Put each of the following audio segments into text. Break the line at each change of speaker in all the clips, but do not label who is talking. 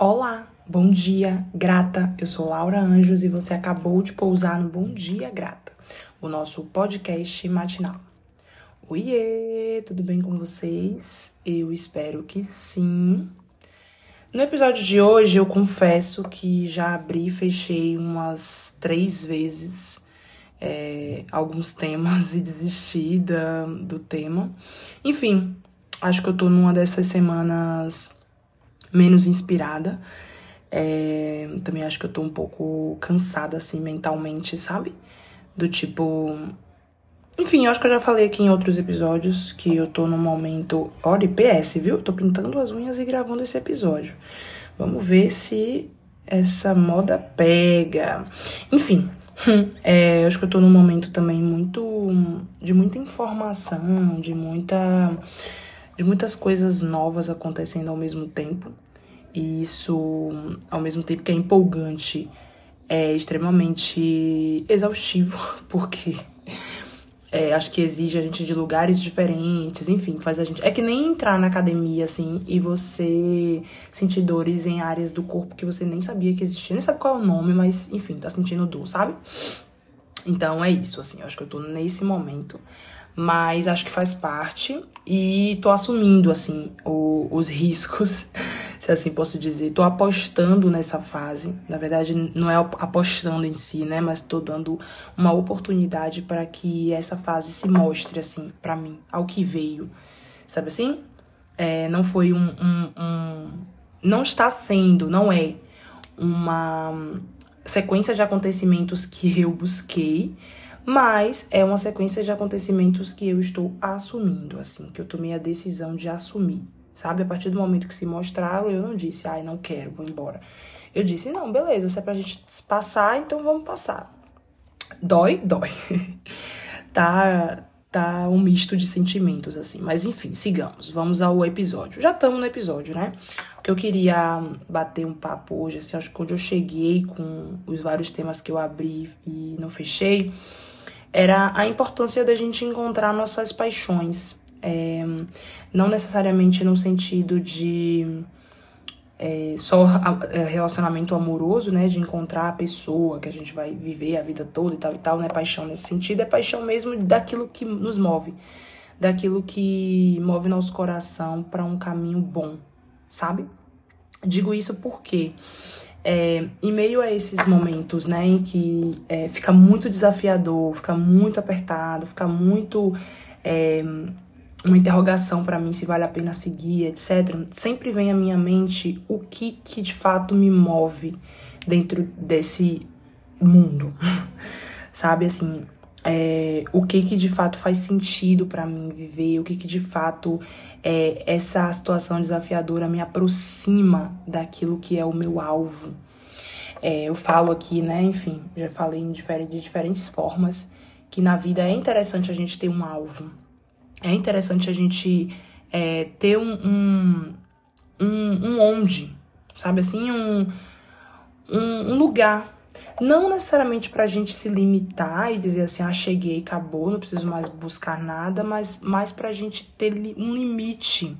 Olá, bom dia, grata. Eu sou Laura Anjos e você acabou de pousar no Bom Dia Grata, o nosso podcast matinal. Oiê, tudo bem com vocês? Eu espero que sim. No episódio de hoje, eu confesso que já abri e fechei umas 3 vezes alguns temas e desisti do tema. Enfim, acho que eu tô numa dessas semanas menos inspirada. Também acho que eu tô um pouco cansada, assim, mentalmente, sabe? Do tipo... Enfim, eu acho que eu já falei aqui em outros episódios que eu tô num momento... Olha, PS, viu? Tô pintando as unhas e gravando esse episódio. Vamos ver se essa moda pega. Enfim, eu acho que eu tô num momento também de muita informação, de muitas coisas novas acontecendo ao mesmo tempo. E isso, ao mesmo tempo que é empolgante, é extremamente exaustivo, porque acho que exige a gente de lugares diferentes, enfim, faz a gente... É que nem entrar na academia, assim, e você sentir dores em áreas do corpo que você nem sabia que existia, nem sabe qual é o nome, mas, enfim, tá sentindo dor, sabe? Então é isso, assim, eu acho que eu tô nesse momento, mas acho que faz parte e tô assumindo, assim, os riscos, se assim posso dizer. Tô apostando nessa fase, na verdade não é apostando em si, né, mas tô dando uma oportunidade para que essa fase se mostre, assim, pra mim, ao que veio, sabe assim? Não foi não está sendo, não é uma sequência de acontecimentos que eu busquei, mas é uma sequência de acontecimentos que eu estou assumindo, assim, que eu tomei a decisão de assumir, sabe? A partir do momento que se mostraram, eu não disse, não quero, vou embora. Eu disse, não, beleza, se é pra gente passar, então vamos passar. Dói. Tá um misto de sentimentos, assim. Mas, enfim, sigamos. Vamos ao episódio. Já estamos no episódio, né? O que eu queria bater um papo hoje, assim, acho que onde eu cheguei com os vários temas que eu abri e não fechei, era a importância da gente encontrar nossas paixões. Não necessariamente no sentido de só relacionamento amoroso, né? De encontrar a pessoa que a gente vai viver a vida toda e tal, né? Paixão nesse sentido é paixão mesmo daquilo que nos move, daquilo que move nosso coração para um caminho bom, sabe? Digo isso porque em meio a esses momentos, né, em que fica muito desafiador, fica muito apertado, fica muito uma interrogação pra mim se vale a pena seguir, etc. Sempre vem à minha mente o que de fato me move dentro desse mundo, sabe, assim, o que de fato faz sentido pra mim viver, o que de fato essa situação desafiadora me aproxima daquilo que é o meu alvo. Eu falo aqui, né, enfim, já falei de diferentes formas, que na vida é interessante a gente ter um alvo. É interessante a gente ter um onde, sabe assim, um lugar. Não necessariamente pra gente se limitar e dizer assim, cheguei, acabou, não preciso mais buscar nada, mas mais pra gente ter um limite,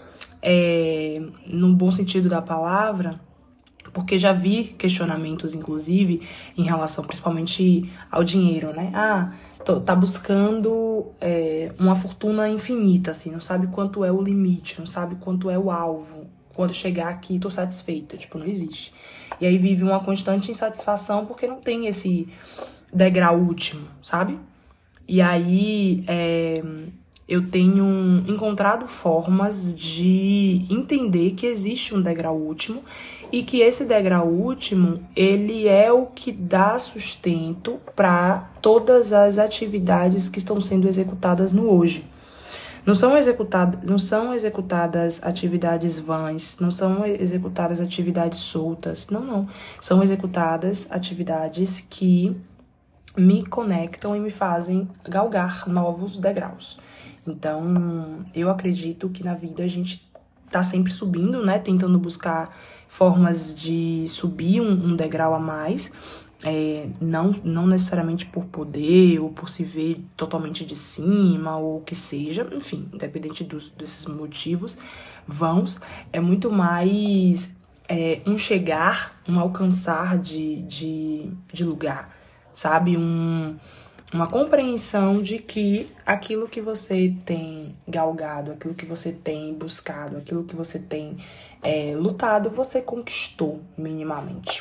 no bom sentido da palavra, porque já vi questionamentos, inclusive, em relação principalmente ao dinheiro, né? Tá buscando uma fortuna infinita, assim, não sabe quanto é o limite, não sabe quanto é o alvo. Quando chegar aqui, tô satisfeita, tipo, não existe. E aí vive uma constante insatisfação porque não tem esse degrau último, sabe? E aí eu tenho encontrado formas de entender que existe um degrau último e que esse degrau último, ele é o que dá sustento para todas as atividades que estão sendo executadas no hoje. Não são executadas atividades vãs, não são executadas atividades soltas, não. São executadas atividades que me conectam e me fazem galgar novos degraus. Então, eu acredito que na vida a gente tá sempre subindo, né? Tentando buscar formas de subir um degrau a mais. Não necessariamente por poder ou por se ver totalmente de cima ou o que seja. Enfim, independente desses motivos vãos, é muito mais um chegar, um alcançar de lugar, sabe? Uma compreensão de que aquilo que você tem galgado, aquilo que você tem buscado, aquilo que você tem lutado, você conquistou minimamente.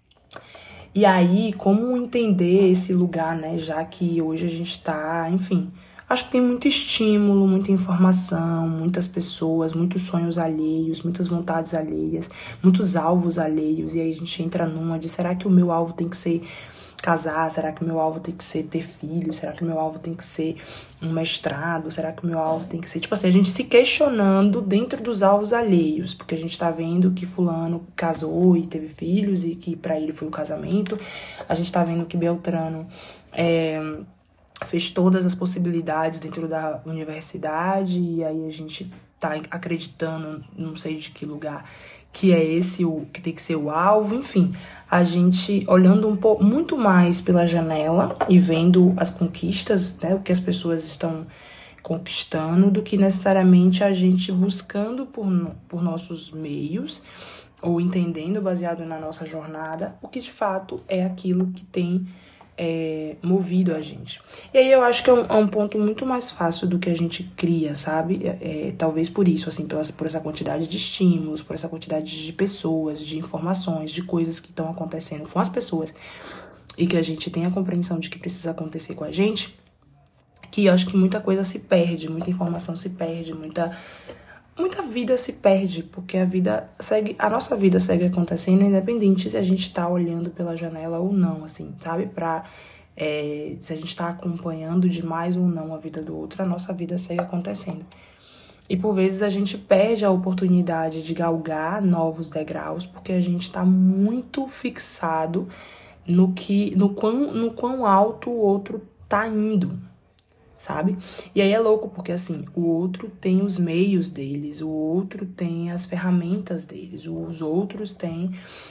E aí, como entender esse lugar, né? Já que hoje a gente tá, enfim, acho que tem muito estímulo, muita informação, muitas pessoas, muitos sonhos alheios, muitas vontades alheias, muitos alvos alheios. E aí a gente entra numa de, será que o meu alvo tem que ser casar? Será que o meu alvo tem que ser ter filhos? Será que o meu alvo tem que ser um mestrado? Será que o meu alvo tem que ser... Tipo assim, a gente se questionando dentro dos alvos alheios, porque a gente tá vendo que fulano casou e teve filhos e que pra ele foi o casamento. A gente tá vendo que Beltrano fez todas as possibilidades dentro da universidade e aí a gente tá acreditando, não sei de que lugar, que é esse o que tem que ser o alvo. Enfim, a gente olhando um pouco muito mais pela janela e vendo as conquistas, né, o que as pessoas estão conquistando, do que necessariamente a gente buscando por nossos meios ou entendendo, baseado na nossa jornada, o que de fato é aquilo que tem movido a gente. E aí eu acho que é um ponto muito mais fácil do que a gente cria, sabe? Talvez por isso, assim, por essa quantidade de estímulos, por essa quantidade de pessoas, de informações, de coisas que estão acontecendo com as pessoas e que a gente tem a compreensão de que precisa acontecer com a gente, que eu acho que muita coisa se perde, muita informação se perde, muita vida se perde, porque a nossa vida segue acontecendo independente se a gente tá olhando pela janela ou não, assim, sabe? Se a gente tá acompanhando demais ou não a vida do outro, a nossa vida segue acontecendo. E por vezes a gente perde a oportunidade de galgar novos degraus, porque a gente tá muito fixado no quão alto o outro tá indo, sabe? E aí é louco, porque assim, o outro tem os meios deles, o outro tem as ferramentas deles, os outros têm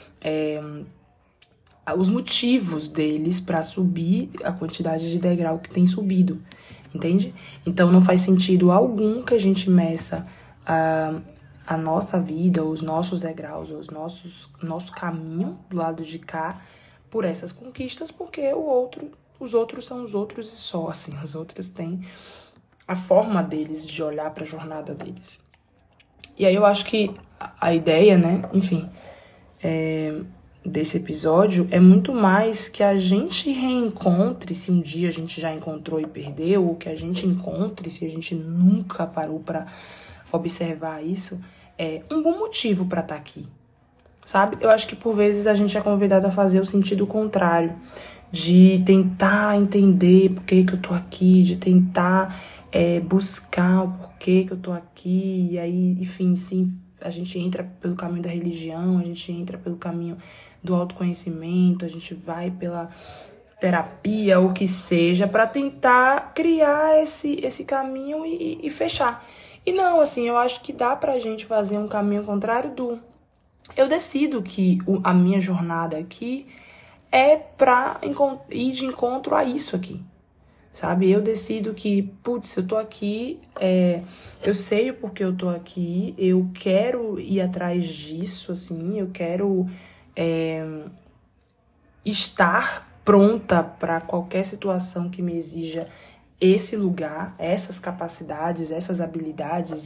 os motivos deles para subir a quantidade de degrau que tem subido, entende? Então não faz sentido algum que a gente meça a nossa vida, os nossos degraus, nosso caminho do lado de cá por essas conquistas, porque os outros são os outros e só, assim. Os outros têm a forma deles de olhar para a jornada deles. E aí eu acho que a ideia, né, enfim, desse episódio é muito mais que a gente reencontre, se um dia a gente já encontrou e perdeu, ou que a gente encontre, se a gente nunca parou para observar isso, um bom motivo para estar aqui, sabe? Eu acho que por vezes a gente é convidado a fazer o sentido contrário, de tentar entender por que eu tô aqui, de tentar buscar o porquê que eu tô aqui, e aí, enfim, sim, a gente entra pelo caminho da religião, a gente entra pelo caminho do autoconhecimento, a gente vai pela terapia, o que seja, para tentar criar esse caminho e fechar. E não, assim, eu acho que dá pra gente fazer um caminho contrário eu decido que a minha jornada aqui é pra ir de encontro a isso aqui, sabe? Eu decido que, putz, eu tô aqui, eu sei o porquê eu tô aqui, eu quero ir atrás disso, assim, eu quero estar pronta para qualquer situação que me exija esse lugar, essas capacidades, essas habilidades,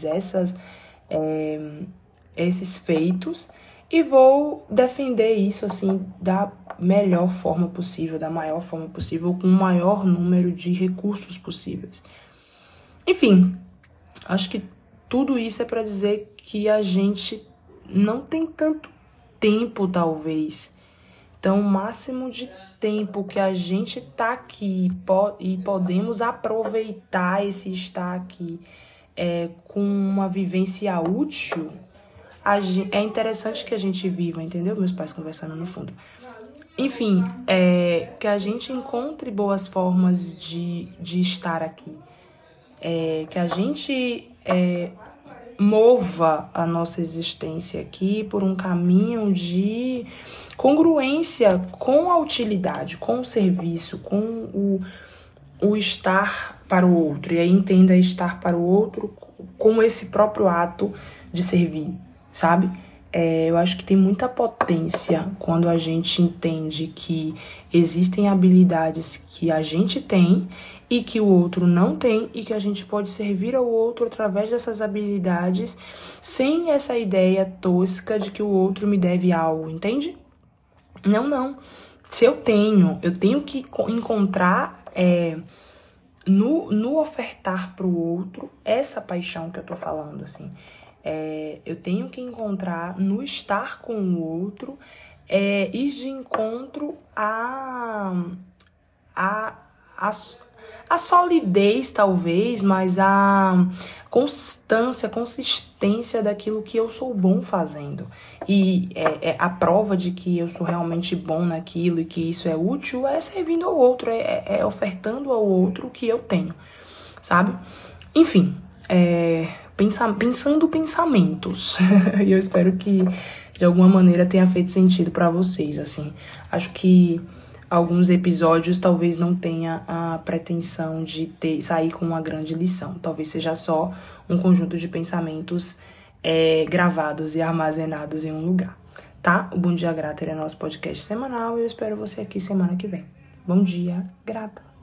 esses feitos, e vou defender isso, assim, da melhor forma possível, da maior forma possível, com o maior número de recursos possíveis. Enfim, acho que tudo isso é para dizer que a gente não tem tanto tempo, talvez. Então, o máximo de tempo que a gente tá aqui e podemos aproveitar esse estar aqui com uma vivência útil, é interessante que a gente viva, entendeu? Meus pais conversando no fundo. Enfim, que a gente encontre boas formas de estar aqui. Que a gente mova a nossa existência aqui por um caminho de congruência com a utilidade, com o serviço, com o estar para o outro. E aí entenda estar para o outro como esse próprio ato de servir, sabe? Eu acho que tem muita potência quando a gente entende que existem habilidades que a gente tem e que o outro não tem, e que a gente pode servir ao outro através dessas habilidades, sem essa ideia tosca de que o outro me deve algo, entende? Não. Se eu tenho que encontrar no ofertar pro outro essa paixão que eu tô falando, assim. Eu tenho que encontrar no estar com o outro, ir de encontro a solidez, talvez, mas a consistência daquilo que eu sou bom fazendo. E a prova de que eu sou realmente bom naquilo e que isso é útil é servindo ao outro, ofertando ao outro o que eu tenho, sabe? Enfim, pensando pensamentos. E eu espero que de alguma maneira tenha feito sentido pra vocês, assim. Acho que alguns episódios talvez não tenha a pretensão de sair com uma grande lição. Talvez seja só um conjunto de pensamentos gravados e armazenados em um lugar, tá? O Bom Dia Grata é nosso podcast semanal e eu espero você aqui semana que vem. Bom dia, grata!